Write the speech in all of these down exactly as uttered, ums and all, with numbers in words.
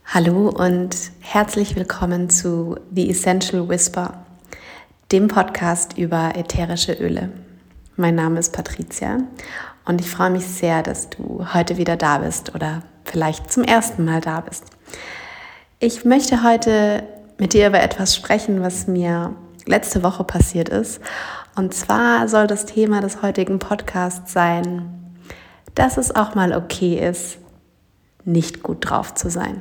Hallo und herzlich willkommen zu The Essential Whisper, dem Podcast über ätherische Öle. Mein Name ist Patricia und ich freue mich sehr, dass du heute wieder da bist oder vielleicht zum ersten Mal da bist. Ich möchte heute mit dir über etwas sprechen, was mir letzte Woche passiert ist. Und zwar soll das Thema des heutigen Podcasts sein, dass es auch mal okay ist, nicht gut drauf zu sein.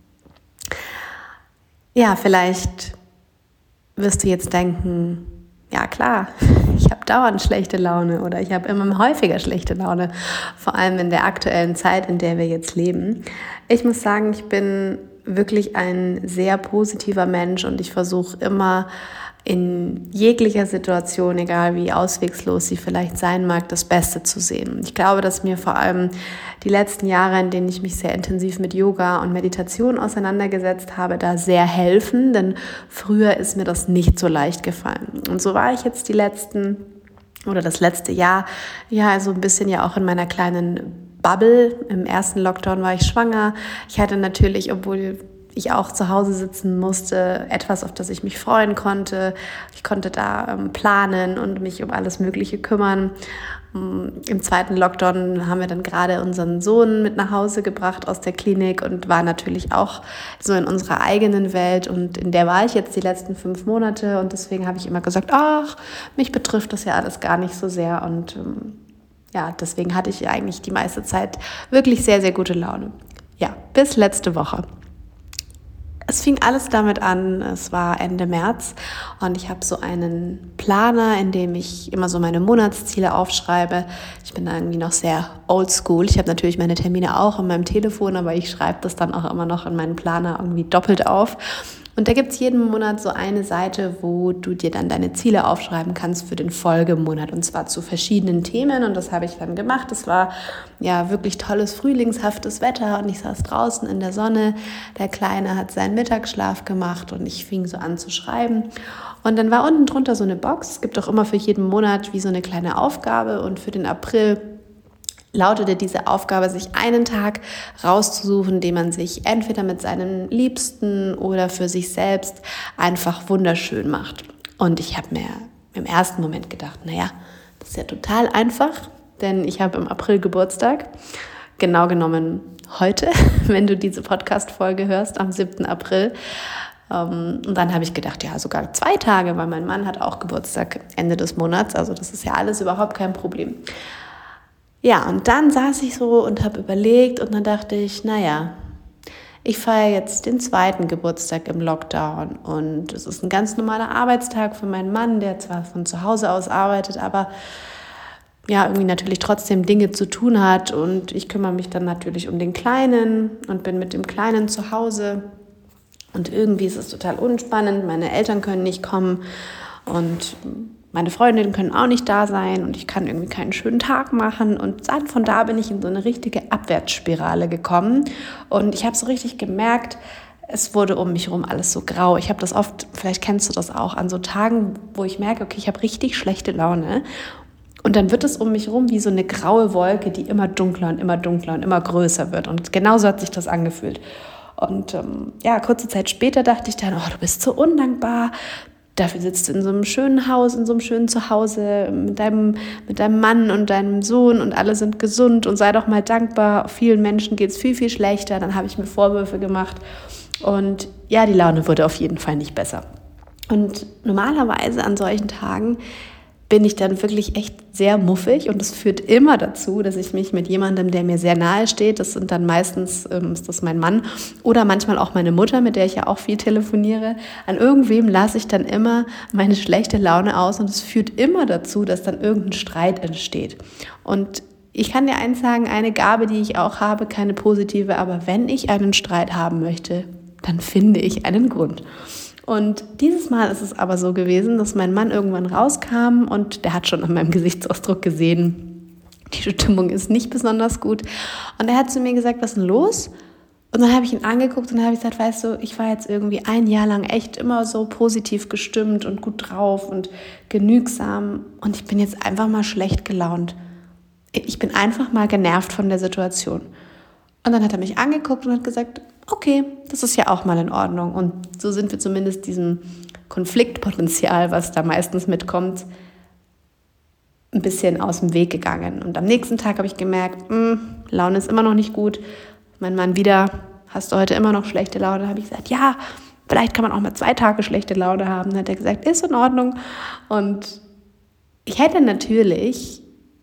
Ja, vielleicht wirst du jetzt denken, ja klar, ich habe dauernd schlechte Laune oder ich habe immer häufiger schlechte Laune, vor allem in der aktuellen Zeit, in der wir jetzt leben. Ich muss sagen, ich bin wirklich ein sehr positiver Mensch und ich versuche immer in jeglicher Situation, egal wie auswegslos sie vielleicht sein mag, das Beste zu sehen. Ich glaube, dass mir vor allem die letzten Jahre, in denen ich mich sehr intensiv mit Yoga und Meditation auseinandergesetzt habe, da sehr helfen, denn früher ist mir das nicht so leicht gefallen. Und so war ich jetzt die letzten oder das letzte Jahr, ja, also ein bisschen ja auch in meiner kleinen Bubble. Im ersten Lockdown war ich schwanger. Ich hatte natürlich, obwohl ich auch zu Hause sitzen musste, etwas, auf das ich mich freuen konnte. Ich konnte da ähm, planen und mich um alles Mögliche kümmern. Ähm, Im zweiten Lockdown haben wir dann gerade unseren Sohn mit nach Hause gebracht aus der Klinik und war natürlich auch so in unserer eigenen Welt. Und in der war ich jetzt die letzten fünf Monate und deswegen habe ich immer gesagt, ach, mich betrifft das ja alles gar nicht so sehr. Und ähm, ja, deswegen hatte ich eigentlich die meiste Zeit wirklich sehr, sehr gute Laune. Ja, bis letzte Woche. Es fing alles damit an, es war Ende März und ich habe so einen Planer, in dem ich immer so meine Monatsziele aufschreibe. Ich bin da irgendwie noch sehr oldschool. Ich habe natürlich meine Termine auch in meinem Telefon, aber ich schreibe das dann auch immer noch in meinen Planer irgendwie doppelt auf. Und da gibt es jeden Monat so eine Seite, wo du dir dann deine Ziele aufschreiben kannst für den Folgemonat und zwar zu verschiedenen Themen und das habe ich dann gemacht. Es war ja wirklich tolles frühlingshaftes Wetter und ich saß draußen in der Sonne. Der Kleine hat seinen Mittagsschlaf gemacht und ich fing so an zu schreiben. Und dann war unten drunter so eine Box. Es gibt auch immer für jeden Monat wie so eine kleine Aufgabe und für den April lautete diese Aufgabe, sich einen Tag rauszusuchen, den man sich entweder mit seinen Liebsten oder für sich selbst einfach wunderschön macht. Und ich habe mir im ersten Moment gedacht, naja, das ist ja total einfach, denn ich habe im April Geburtstag, genau genommen heute, wenn du diese Podcast-Folge hörst, am siebten April. Und dann habe ich gedacht, ja, sogar zwei Tage, weil mein Mann hat auch Geburtstag Ende des Monats, also das ist ja alles überhaupt kein Problem. Ja, und dann saß ich so und habe überlegt und dann dachte ich, naja, ich feiere jetzt den zweiten Geburtstag im Lockdown und es ist ein ganz normaler Arbeitstag für meinen Mann, der zwar von zu Hause aus arbeitet, aber ja, irgendwie natürlich trotzdem Dinge zu tun hat und ich kümmere mich dann natürlich um den Kleinen und bin mit dem Kleinen zu Hause und irgendwie ist es total unspannend, meine Eltern können nicht kommen und meine Freundinnen können auch nicht da sein und ich kann irgendwie keinen schönen Tag machen. Und dann von da bin ich in so eine richtige Abwärtsspirale gekommen. Und ich habe so richtig gemerkt, es wurde um mich herum alles so grau. Ich habe das oft, vielleicht kennst du das auch, an so Tagen, wo ich merke, okay, ich habe richtig schlechte Laune. Und dann wird es um mich herum wie so eine graue Wolke, die immer dunkler und immer dunkler und immer größer wird. Und genauso hat sich das angefühlt. Und ähm, ja, kurze Zeit später dachte ich dann, oh, du bist so undankbar. Dafür sitzt du in so einem schönen Haus, in so einem schönen Zuhause mit deinem, mit deinem Mann und deinem Sohn und alle sind gesund und sei doch mal dankbar. Vielen Menschen geht es viel, viel schlechter. Dann habe ich mir Vorwürfe gemacht und ja, die Laune wurde auf jeden Fall nicht besser. Und normalerweise an solchen Tagen bin ich dann wirklich echt sehr muffig und das führt immer dazu, dass ich mich mit jemandem, der mir sehr nahe steht, das sind dann meistens, ähm, ist das mein Mann oder manchmal auch meine Mutter, mit der ich ja auch viel telefoniere, an irgendwem lasse ich dann immer meine schlechte Laune aus und es führt immer dazu, dass dann irgendein Streit entsteht. Und ich kann dir eins sagen, eine Gabe, die ich auch habe, keine positive, aber wenn ich einen Streit haben möchte, dann finde ich einen Grund. Und dieses Mal ist es aber so gewesen, dass mein Mann irgendwann rauskam und der hat schon an meinem Gesichtsausdruck gesehen, die Stimmung ist nicht besonders gut. Und er hat zu mir gesagt, was ist denn los? Und dann habe ich ihn angeguckt und habe ich gesagt, weißt du, ich war jetzt irgendwie ein Jahr lang echt immer so positiv gestimmt und gut drauf und genügsam und ich bin jetzt einfach mal schlecht gelaunt. Ich bin einfach mal genervt von der Situation. Und dann hat er mich angeguckt und hat gesagt, okay, das ist ja auch mal in Ordnung. Und so sind wir zumindest diesem Konfliktpotenzial, was da meistens mitkommt, ein bisschen aus dem Weg gegangen. Und am nächsten Tag habe ich gemerkt, mh, Laune ist immer noch nicht gut. Mein Mann wieder, hast du heute immer noch schlechte Laune? Da habe ich gesagt, ja, vielleicht kann man auch mal zwei Tage schlechte Laune haben. Dann hat er gesagt, ist in Ordnung. Und ich hätte natürlich,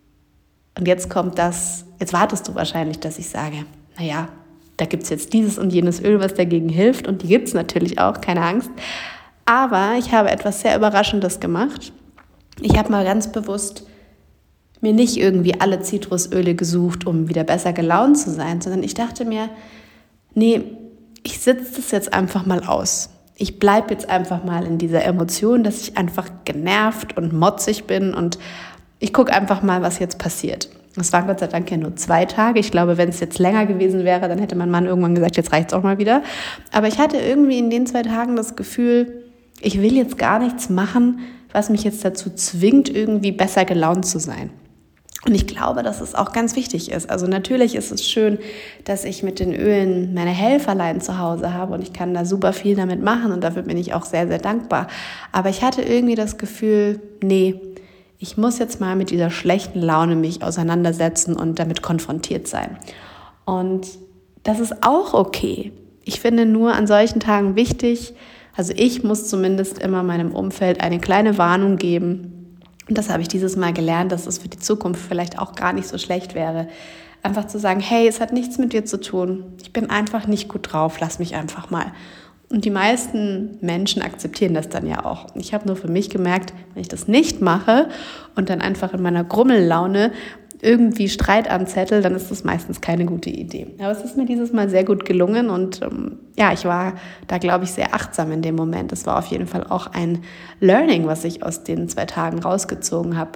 und jetzt kommt das, jetzt wartest du wahrscheinlich, dass ich sage, naja, da gibt es jetzt dieses und jenes Öl, was dagegen hilft. Und die gibt es natürlich auch, keine Angst. Aber ich habe etwas sehr Überraschendes gemacht. Ich habe mal ganz bewusst mir nicht irgendwie alle Zitrusöle gesucht, um wieder besser gelaunt zu sein, sondern ich dachte mir, nee, ich sitze das jetzt einfach mal aus. Ich bleibe jetzt einfach mal in dieser Emotion, dass ich einfach genervt und motzig bin und ich gucke einfach mal, was jetzt passiert. Es waren Gott sei Dank ja nur zwei Tage. Ich glaube, wenn es jetzt länger gewesen wäre, dann hätte mein Mann irgendwann gesagt, jetzt reicht es auch mal wieder. Aber ich hatte irgendwie in den zwei Tagen das Gefühl, ich will jetzt gar nichts machen, was mich jetzt dazu zwingt, irgendwie besser gelaunt zu sein. Und ich glaube, dass es auch ganz wichtig ist. Also natürlich ist es schön, dass ich mit den Ölen meine Helferlein zu Hause habe und ich kann da super viel damit machen und dafür bin ich auch sehr, sehr dankbar. Aber ich hatte irgendwie das Gefühl, nee, ich muss jetzt mal mit dieser schlechten Laune mich auseinandersetzen und damit konfrontiert sein. Und das ist auch okay. Ich finde nur an solchen Tagen wichtig, also ich muss zumindest immer meinem Umfeld eine kleine Warnung geben. Und das habe ich dieses Mal gelernt, dass es für die Zukunft vielleicht auch gar nicht so schlecht wäre. Einfach zu sagen, hey, es hat nichts mit dir zu tun. Ich bin einfach nicht gut drauf, lass mich einfach mal. Und die meisten Menschen akzeptieren das dann ja auch. Ich habe nur für mich gemerkt, wenn ich das nicht mache und dann einfach in meiner Grummellaune irgendwie Streit anzettel, dann ist das meistens keine gute Idee. Aber es ist mir dieses Mal sehr gut gelungen und ähm, ja, ich war da, glaube ich, sehr achtsam in dem Moment. Das war auf jeden Fall auch ein Learning, was ich aus den zwei Tagen rausgezogen habe.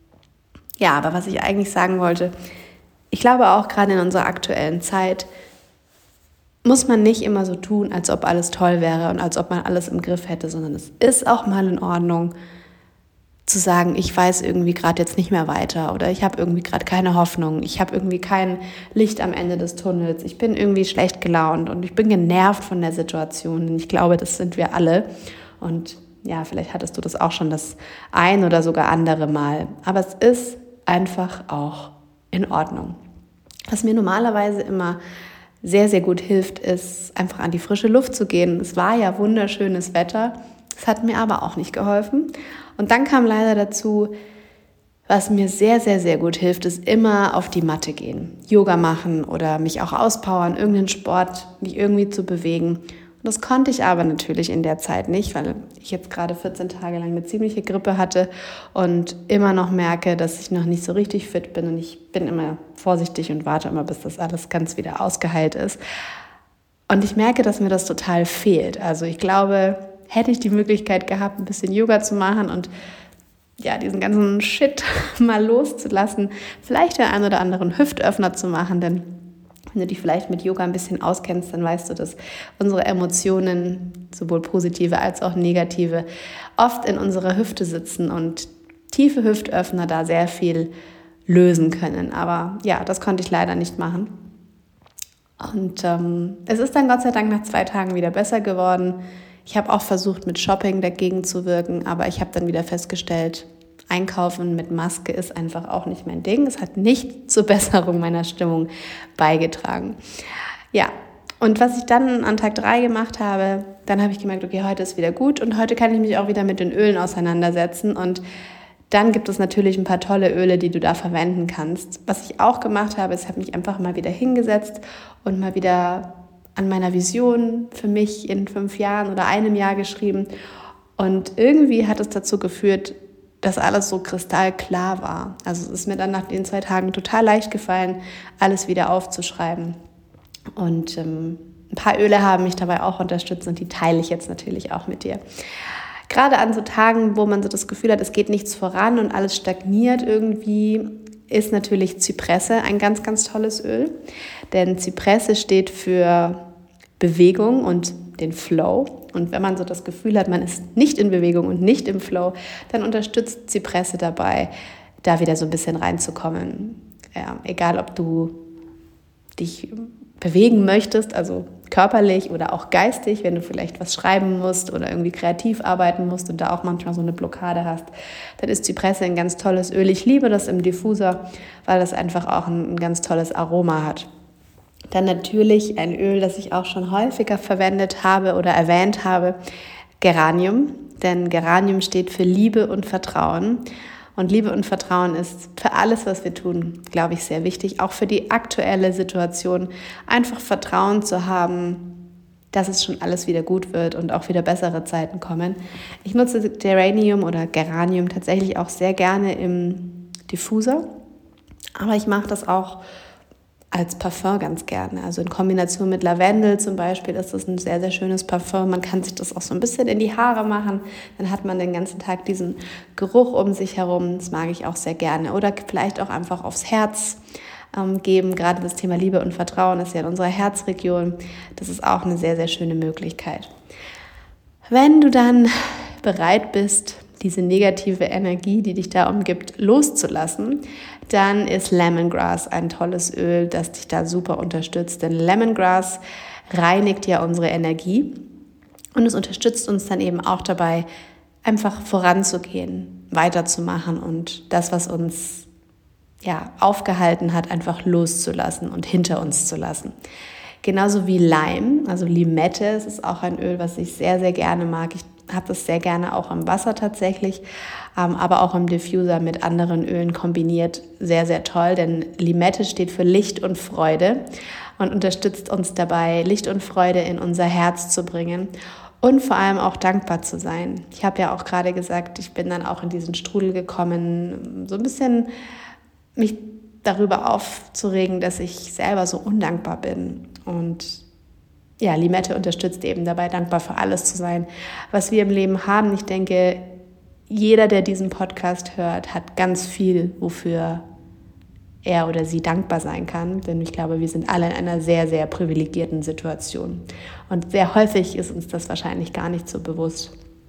Ja, aber was ich eigentlich sagen wollte, ich glaube auch gerade in unserer aktuellen Zeit muss man nicht immer so tun, als ob alles toll wäre und als ob man alles im Griff hätte, sondern es ist auch mal in Ordnung, zu sagen, ich weiß irgendwie gerade jetzt nicht mehr weiter oder ich habe irgendwie gerade keine Hoffnung, ich habe irgendwie kein Licht am Ende des Tunnels, ich bin irgendwie schlecht gelaunt und ich bin genervt von der Situation. Und ich glaube, das sind wir alle. Und ja, vielleicht hattest du das auch schon das ein oder sogar andere Mal. Aber es ist einfach auch in Ordnung. Was mir normalerweise immer sehr, sehr gut hilft, ist einfach an die frische Luft zu gehen. Es war ja wunderschönes Wetter, es hat mir aber auch nicht geholfen. Und dann kam leider dazu, was mir sehr, sehr, sehr gut hilft, ist immer auf die Matte gehen. Yoga machen oder mich auch auspowern, irgendeinen Sport, mich irgendwie zu bewegen. Und das konnte ich aber natürlich in der Zeit nicht, weil ich jetzt gerade vierzehn Tage lang eine ziemliche Grippe hatte und immer noch merke, dass ich noch nicht so richtig fit bin. Und ich bin immer vorsichtig und warte immer, bis das alles ganz wieder ausgeheilt ist. Und ich merke, dass mir das total fehlt. Also ich glaube, hätte ich die Möglichkeit gehabt, ein bisschen Yoga zu machen und ja, diesen ganzen Shit mal loszulassen, vielleicht den einen oder anderen Hüftöffner zu machen, denn wenn du dich vielleicht mit Yoga ein bisschen auskennst, dann weißt du, dass unsere Emotionen, sowohl positive als auch negative, oft in unserer Hüfte sitzen und tiefe Hüftöffner da sehr viel lösen können. Aber ja, das konnte ich leider nicht machen. Und ähm, es ist dann Gott sei Dank nach zwei Tagen wieder besser geworden. Ich habe auch versucht, mit Shopping dagegen zu wirken, aber ich habe dann wieder festgestellt, Einkaufen mit Maske ist einfach auch nicht mein Ding. Es hat nicht zur Besserung meiner Stimmung beigetragen. Ja, und was ich dann an Tag drei gemacht habe, dann habe ich gemerkt, okay, heute ist wieder gut und heute kann ich mich auch wieder mit den Ölen auseinandersetzen. Und dann gibt es natürlich ein paar tolle Öle, die du da verwenden kannst. Was ich auch gemacht habe, ist, ich habe mich einfach mal wieder hingesetzt und mal wieder an meiner Vision für mich in fünf Jahren oder einem Jahr geschrieben. Und irgendwie hat es dazu geführt, dass alles so kristallklar war. Also es ist mir dann nach den zwei Tagen total leicht gefallen, alles wieder aufzuschreiben. Und ähm, ein paar Öle haben mich dabei auch unterstützt und die teile ich jetzt natürlich auch mit dir. Gerade an so Tagen, wo man so das Gefühl hat, es geht nichts voran und alles stagniert irgendwie, ist natürlich Zypresse ein ganz, ganz tolles Öl. Denn Zypresse steht für Bewegung und den Flow. Und wenn man so das Gefühl hat, man ist nicht in Bewegung und nicht im Flow, dann unterstützt Zypresse dabei, da wieder so ein bisschen reinzukommen. Ja, egal, ob du dich bewegen möchtest, also körperlich oder auch geistig, wenn du vielleicht was schreiben musst oder irgendwie kreativ arbeiten musst und da auch manchmal so eine Blockade hast, dann ist Zypresse ein ganz tolles Öl. Ich liebe das im Diffuser, weil das einfach auch ein, ein ganz tolles Aroma hat. Dann natürlich ein Öl, das ich auch schon häufiger verwendet habe oder erwähnt habe, Geranium. Denn Geranium steht für Liebe und Vertrauen. Und Liebe und Vertrauen ist für alles, was wir tun, glaube ich, sehr wichtig. Auch für die aktuelle Situation. Einfach Vertrauen zu haben, dass es schon alles wieder gut wird und auch wieder bessere Zeiten kommen. Ich nutze Geranium oder Geranium tatsächlich auch sehr gerne im Diffuser. Aber ich mache das auch als Parfum ganz gerne. Also in Kombination mit Lavendel zum Beispiel ist das ein sehr, sehr schönes Parfum. Man kann sich das auch so ein bisschen in die Haare machen. Dann hat man den ganzen Tag diesen Geruch um sich herum. Das mag ich auch sehr gerne. Oder vielleicht auch einfach aufs Herz ähm, geben. Gerade das Thema Liebe und Vertrauen ist ja in unserer Herzregion. Das ist auch eine sehr, sehr schöne Möglichkeit. Wenn du dann bereit bist, diese negative Energie, die dich da umgibt, loszulassen, dann ist Lemongrass ein tolles Öl, das dich da super unterstützt. Denn Lemongrass reinigt ja unsere Energie und es unterstützt uns dann eben auch dabei, einfach voranzugehen, weiterzumachen und das, was uns ja, aufgehalten hat, einfach loszulassen und hinter uns zu lassen. Genauso wie Lime, also Limette, es ist auch ein Öl, was ich sehr, sehr gerne mag. Ich habe das sehr gerne auch im Wasser tatsächlich, ähm, aber auch im Diffuser mit anderen Ölen kombiniert. Sehr, sehr toll, denn Limette steht für Licht und Freude und unterstützt uns dabei, Licht und Freude in unser Herz zu bringen und vor allem auch dankbar zu sein. Ich habe ja auch gerade gesagt, ich bin dann auch in diesen Strudel gekommen, so ein bisschen mich darüber aufzuregen, dass ich selber so undankbar bin. Und ja, Limette unterstützt eben dabei, dankbar für alles zu sein, was wir im Leben haben. Ich denke, jeder, der diesen Podcast hört, hat ganz viel, wofür er oder sie dankbar sein kann. Denn ich glaube, wir sind alle in einer sehr, sehr privilegierten Situation. Und sehr häufig ist uns das wahrscheinlich gar nicht so bewusst.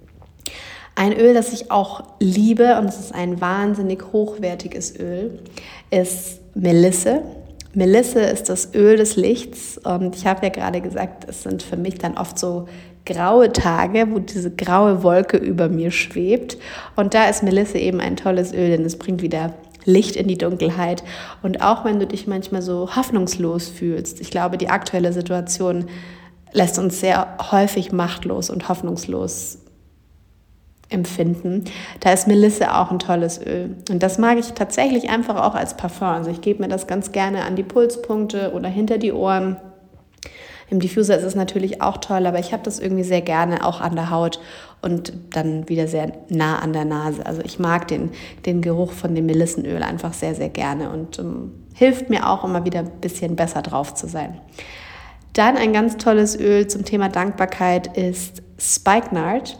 Ein Öl, das ich auch liebe, und es ist ein wahnsinnig hochwertiges Öl, ist Melisse. Melisse ist das Öl des Lichts und ich habe ja gerade gesagt, es sind für mich dann oft so graue Tage, wo diese graue Wolke über mir schwebt und da ist Melisse eben ein tolles Öl, denn es bringt wieder Licht in die Dunkelheit und auch wenn du dich manchmal so hoffnungslos fühlst, ich glaube, die aktuelle Situation lässt uns sehr häufig machtlos und hoffnungslos empfinden. Da ist Melisse auch ein tolles Öl. Und das mag ich tatsächlich einfach auch als Parfum. Also ich gebe mir das ganz gerne an die Pulspunkte oder hinter die Ohren. Im Diffuser ist es natürlich auch toll, aber ich habe das irgendwie sehr gerne auch an der Haut und dann wieder sehr nah an der Nase. Also ich mag den, den Geruch von dem Melissenöl einfach sehr, sehr gerne und um, hilft mir auch immer wieder ein bisschen besser drauf zu sein. Dann ein ganz tolles Öl zum Thema Dankbarkeit ist Spikenard.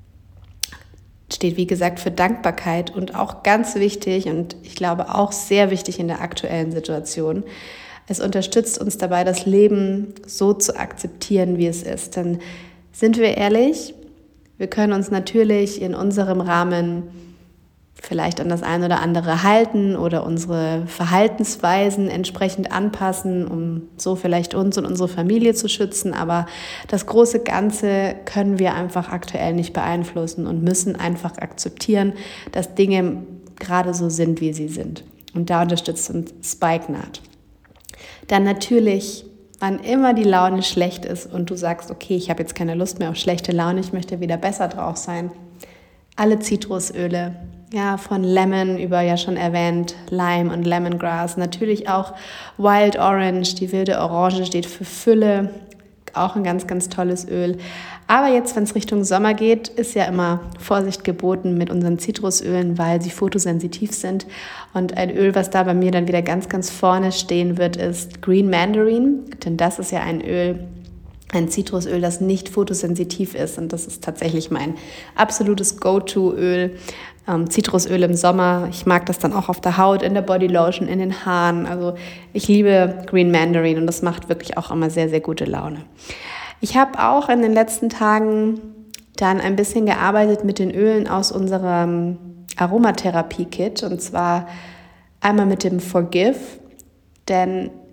Steht, wie gesagt, für Dankbarkeit und auch ganz wichtig und ich glaube auch sehr wichtig in der aktuellen Situation. Es unterstützt uns dabei, das Leben so zu akzeptieren, wie es ist. Denn sind wir ehrlich, wir können uns natürlich in unserem Rahmen vielleicht an das eine oder andere halten oder unsere Verhaltensweisen entsprechend anpassen, um so vielleicht uns und unsere Familie zu schützen. Aber das große Ganze können wir einfach aktuell nicht beeinflussen und müssen einfach akzeptieren, dass Dinge gerade so sind, wie sie sind. Und da unterstützt uns Spikenard. Dann natürlich, wann immer die Laune schlecht ist und du sagst, okay, ich habe jetzt keine Lust mehr auf schlechte Laune, ich möchte wieder besser drauf sein, alle Zitrusöle, ja, von Lemon über, ja schon erwähnt, Lime und Lemongrass. Natürlich auch Wild Orange, die wilde Orange steht für Fülle, auch ein ganz, ganz tolles Öl. Aber jetzt, wenn es Richtung Sommer geht, ist ja immer Vorsicht geboten mit unseren Zitrusölen, weil sie photosensitiv sind. Und ein Öl, was da bei mir dann wieder ganz, ganz vorne stehen wird, ist Green Mandarin. Denn das ist ja ein Öl, ein Zitrusöl, das nicht photosensitiv ist. Und das ist tatsächlich mein absolutes Go-To-Öl. Ähm, Zitrusöl im Sommer. Ich mag das dann auch auf der Haut, in der Bodylotion, in den Haaren. Also ich liebe Green Mandarin und das macht wirklich auch immer sehr, sehr gute Laune. Ich habe auch in den letzten Tagen dann ein bisschen gearbeitet mit den Ölen aus unserem Aromatherapie-Kit und zwar einmal mit dem Forgive, denn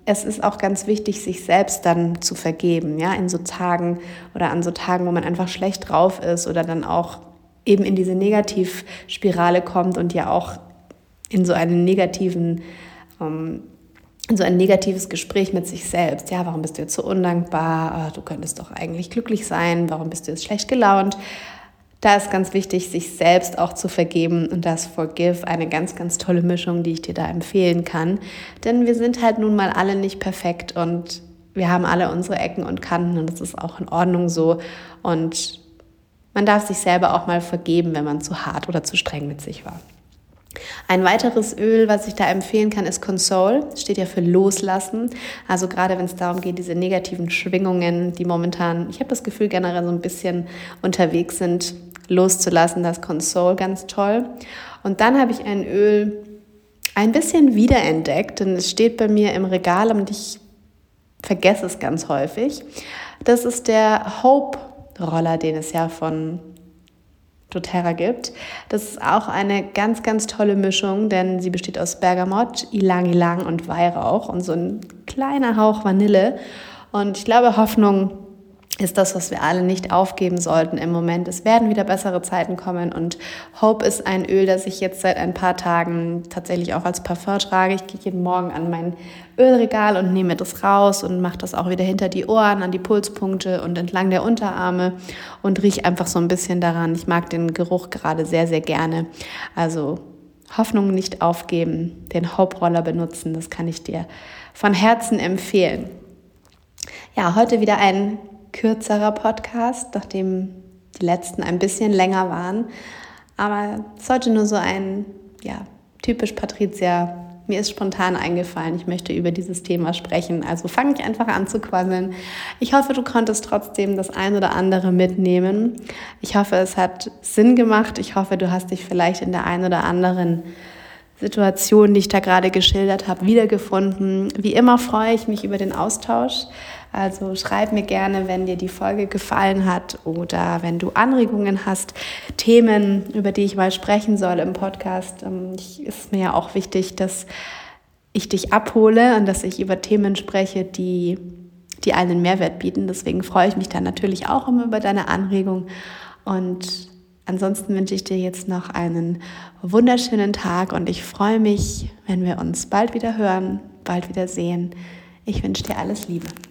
es ist auch ganz wichtig, sich selbst dann zu vergeben, ja, in so Tagen oder an so Tagen, wo man einfach schlecht drauf ist oder dann auch eben in diese Negativspirale kommt und ja auch in so einen negativen, ähm, in so ein negatives Gespräch mit sich selbst. Ja, warum bist du jetzt so undankbar? Du könntest doch eigentlich glücklich sein. Warum bist du jetzt schlecht gelaunt? Da ist ganz wichtig, sich selbst auch zu vergeben, und das Forgive eine ganz, ganz tolle Mischung, die ich dir da empfehlen kann. Denn wir sind halt nun mal alle nicht perfekt und wir haben alle unsere Ecken und Kanten und das ist auch in Ordnung so. Und man darf sich selber auch mal vergeben, wenn man zu hart oder zu streng mit sich war. Ein weiteres Öl, was ich da empfehlen kann, ist Console. Das steht ja für Loslassen. Also gerade wenn es darum geht, diese negativen Schwingungen, die momentan, ich habe das Gefühl, generell so ein bisschen unterwegs sind, loszulassen, das Console ganz toll. Und dann habe ich ein Öl ein bisschen wiederentdeckt, denn es steht bei mir im Regal und ich vergesse es ganz häufig. Das ist der Hope-Roller, den es ja von doTERRA gibt. Das ist auch eine ganz, ganz tolle Mischung, denn sie besteht aus Bergamott, Ylang-Ylang und Weihrauch und so ein kleiner Hauch Vanille. Und ich glaube, Hoffnung ist das, was wir alle nicht aufgeben sollten im Moment. Es werden wieder bessere Zeiten kommen und Hope ist ein Öl, das ich jetzt seit ein paar Tagen tatsächlich auch als Parfum trage. Ich gehe jeden Morgen an mein Ölregal und nehme das raus und mache das auch wieder hinter die Ohren, an die Pulspunkte und entlang der Unterarme und rieche einfach so ein bisschen daran. Ich mag den Geruch gerade sehr, sehr gerne. Also Hoffnung nicht aufgeben, den Hope-Roller benutzen, das kann ich dir von Herzen empfehlen. Ja, heute wieder ein kürzerer Podcast, nachdem die letzten ein bisschen länger waren. Aber es sollte nur so ein, ja, typisch Patricia, mir ist spontan eingefallen, ich möchte über dieses Thema sprechen. Also fange ich einfach an zu quasseln. Ich hoffe, du konntest trotzdem das ein oder andere mitnehmen. Ich hoffe, es hat Sinn gemacht. Ich hoffe, du hast dich vielleicht in der ein oder anderen Situation, die ich da gerade geschildert habe, wiedergefunden. Wie immer freue ich mich über den Austausch. Also schreib mir gerne, wenn dir die Folge gefallen hat oder wenn du Anregungen hast, Themen, über die ich mal sprechen soll im Podcast. Es ist mir ja auch wichtig, dass ich dich abhole und dass ich über Themen spreche, die, die einen Mehrwert bieten. Deswegen freue ich mich dann natürlich auch immer über deine Anregung. Und ansonsten wünsche ich dir jetzt noch einen wunderschönen Tag und ich freue mich, wenn wir uns bald wieder hören, bald wieder sehen. Ich wünsche dir alles Liebe.